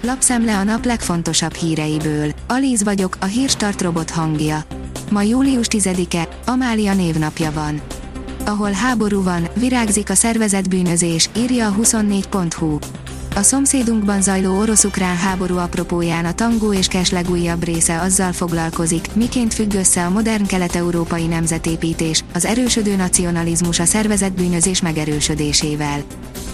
Lapszemle a nap legfontosabb híreiből. Alíz vagyok, a Hírstart robot hangja. Ma július 10-e, Amália névnapja van. Ahol háború van, virágzik a szervezett bűnözés, írja a 24.hu. A szomszédunkban zajló orosz-ukrán háború apropóján a Tango és Cash legújabb része azzal foglalkozik, miként függ össze a modern kelet-európai nemzetépítés, az erősödő nacionalizmus a szervezett bűnözés megerősödésével.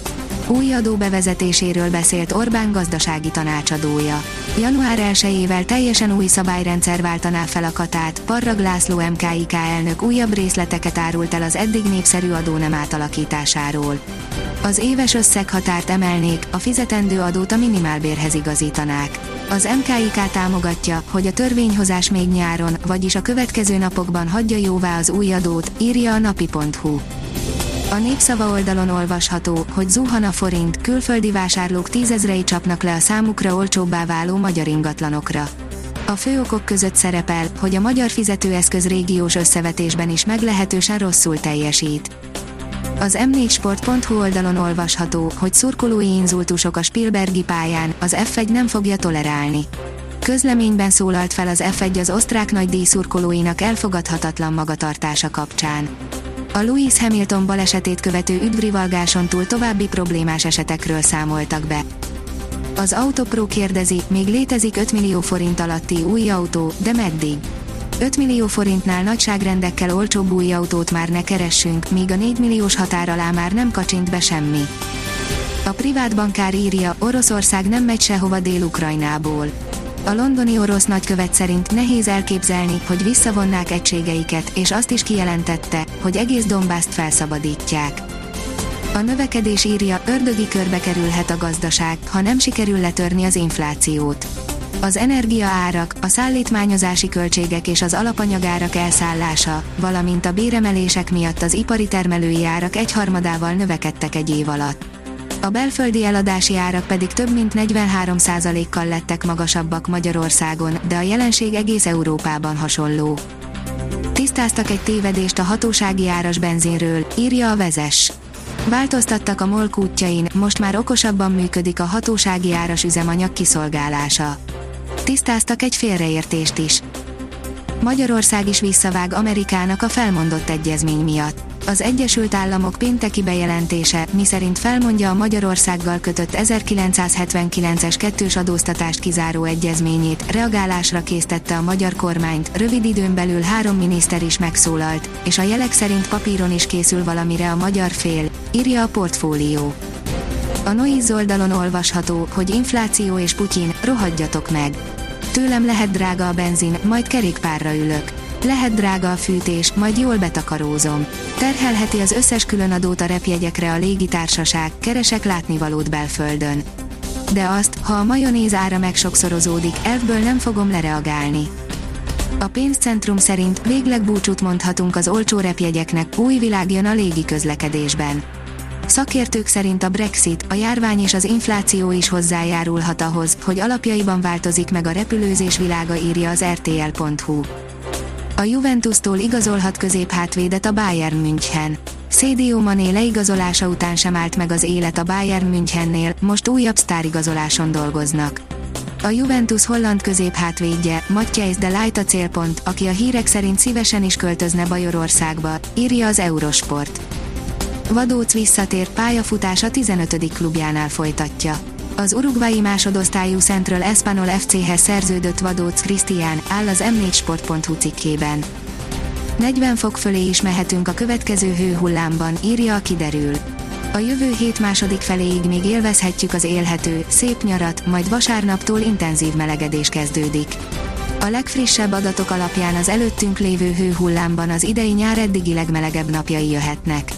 Új adó bevezetéséről beszélt Orbán gazdasági tanácsadója. Január 1-ével teljesen új szabályrendszer váltaná fel a Katát, Parrag László MKIK elnök újabb részleteket árult el az eddig népszerű adónem átalakításáról. Az éves összeghatárt emelnék, a fizetendő adót a minimálbérhez igazítanák. Az MKIK támogatja, hogy a törvényhozás még nyáron, vagyis a következő napokban hagyja jóvá az új adót, írja a napi.hu. A Népszava oldalon olvasható, hogy zuhan a forint, külföldi vásárlók tízezrei csapnak le a számukra olcsóbbá váló magyar ingatlanokra. A fő okok között szerepel, hogy a magyar fizetőeszköz régiós összevetésben is meglehetősen rosszul teljesít. Az m4sport.hu oldalon olvasható, hogy szurkolói inzultusok a Spielbergi pályán, az F1 nem fogja tolerálni. Közleményben szólalt fel az F1 az osztrák nagydíj szurkolóinak elfogadhatatlan magatartása kapcsán. A Lewis Hamilton balesetét követő üdvrivalgáson túl további problémás esetekről számoltak be. Az Autopro kérdezi, még létezik 5 millió forint alatti új autó, de meddig? 5 millió forintnál nagyságrendekkel olcsóbb új autót már ne keressünk, míg a 4 milliós határ alá már nem kacsint be semmi. A privát bankár írja, Oroszország nem megy sehova Dél-Ukrajnából. A londoni orosz nagykövet szerint nehéz elképzelni, hogy visszavonnák egységeiket, és azt is kijelentette, hogy egész Donbaszt felszabadítják. A növekedés írja, ördögi körbe kerülhet a gazdaság, ha nem sikerül letörni az inflációt. Az energiaárak, a szállítmányozási költségek és az alapanyagárak elszállása, valamint a béremelések miatt az ipari termelői árak 1/3-ával növekedtek egy év alatt. A belföldi eladási árak pedig több mint 43%-kal lettek magasabbak Magyarországon, de a jelenség egész Európában hasonló. Tisztáztak egy tévedést a hatósági áras benzinről, írja a Vezess. Változtattak a MOL kútjain, most már okosabban működik a hatósági áras üzemanyag kiszolgálása. Tisztáztak egy félreértést is. Magyarország is visszavág Amerikának a felmondott egyezmény miatt. Az Egyesült Államok pénteki bejelentése, miszerint felmondja a Magyarországgal kötött 1979-es kettős adóztatást kizáró egyezményét, reagálásra késztette a magyar kormányt, rövid időn belül 3 miniszter is megszólalt, és a jelek szerint papíron is készül valamire a magyar fél, írja a Portfólió. A Noiz oldalon olvasható, hogy infláció és Putyin, rohadjatok meg. Tőlem lehet drága a benzin, majd kerékpárra ülök. Lehet drága a fűtés, majd jól betakarózom. Terhelheti az összes különadót a repjegyekre a légitársaság, keresek látnivalót belföldön. De azt, ha a majonéz ára megsokszorozódik, elfből nem fogom lereagálni. A pénzcentrum szerint végleg búcsút mondhatunk az olcsó repjegyeknek, új világ jön a légiközlekedésben. Szakértők szerint a Brexit, a járvány és az infláció is hozzájárulhat ahhoz, hogy alapjaiban változik meg a repülőzés világa, írja az rtl.hu. A Juventustól igazolhat középhátvédet a Bayern München. Sadio Mané leigazolása után sem állt meg az élet a Bayern Münchennél, most újabb sztárigazoláson dolgoznak. A Juventus holland középhátvédje, Matthijs de Ligt a célpont, aki a hírek szerint szívesen is költözne Bajorországba, írja az Eurosport. Vadóc visszatér, pályafutása 15. klubjánál folytatja. Az uruguayi másodosztályú Central Espanyol FC-hez szerződött Vadóc Krisztián, áll az m4sport.hu cikkében. 40 fok fölé is mehetünk a következő hőhullámban, írja a Kiderül. A jövő hét második feléig még élvezhetjük az élhető, szép nyarat, majd vasárnaptól intenzív melegedés kezdődik. A legfrissebb adatok alapján az előttünk lévő hőhullámban az idei nyár eddigi legmelegebb napjai jöhetnek.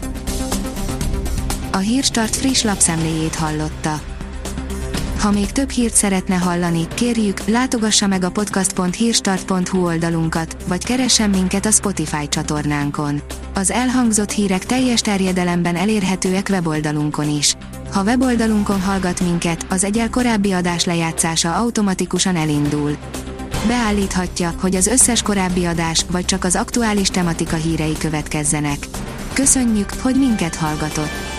A Hírstart friss lapszemléjét hallotta. Ha még több hírt szeretne hallani, kérjük, látogassa meg a podcast.hírstart.hu oldalunkat, vagy keressen minket a Spotify csatornánkon. Az elhangzott hírek teljes terjedelemben elérhetőek weboldalunkon is. Ha weboldalunkon hallgat minket, az egyel korábbi adás lejátszása automatikusan elindul. Beállíthatja, hogy az összes korábbi adás, vagy csak az aktuális tematika hírei következzenek. Köszönjük, hogy minket hallgatott!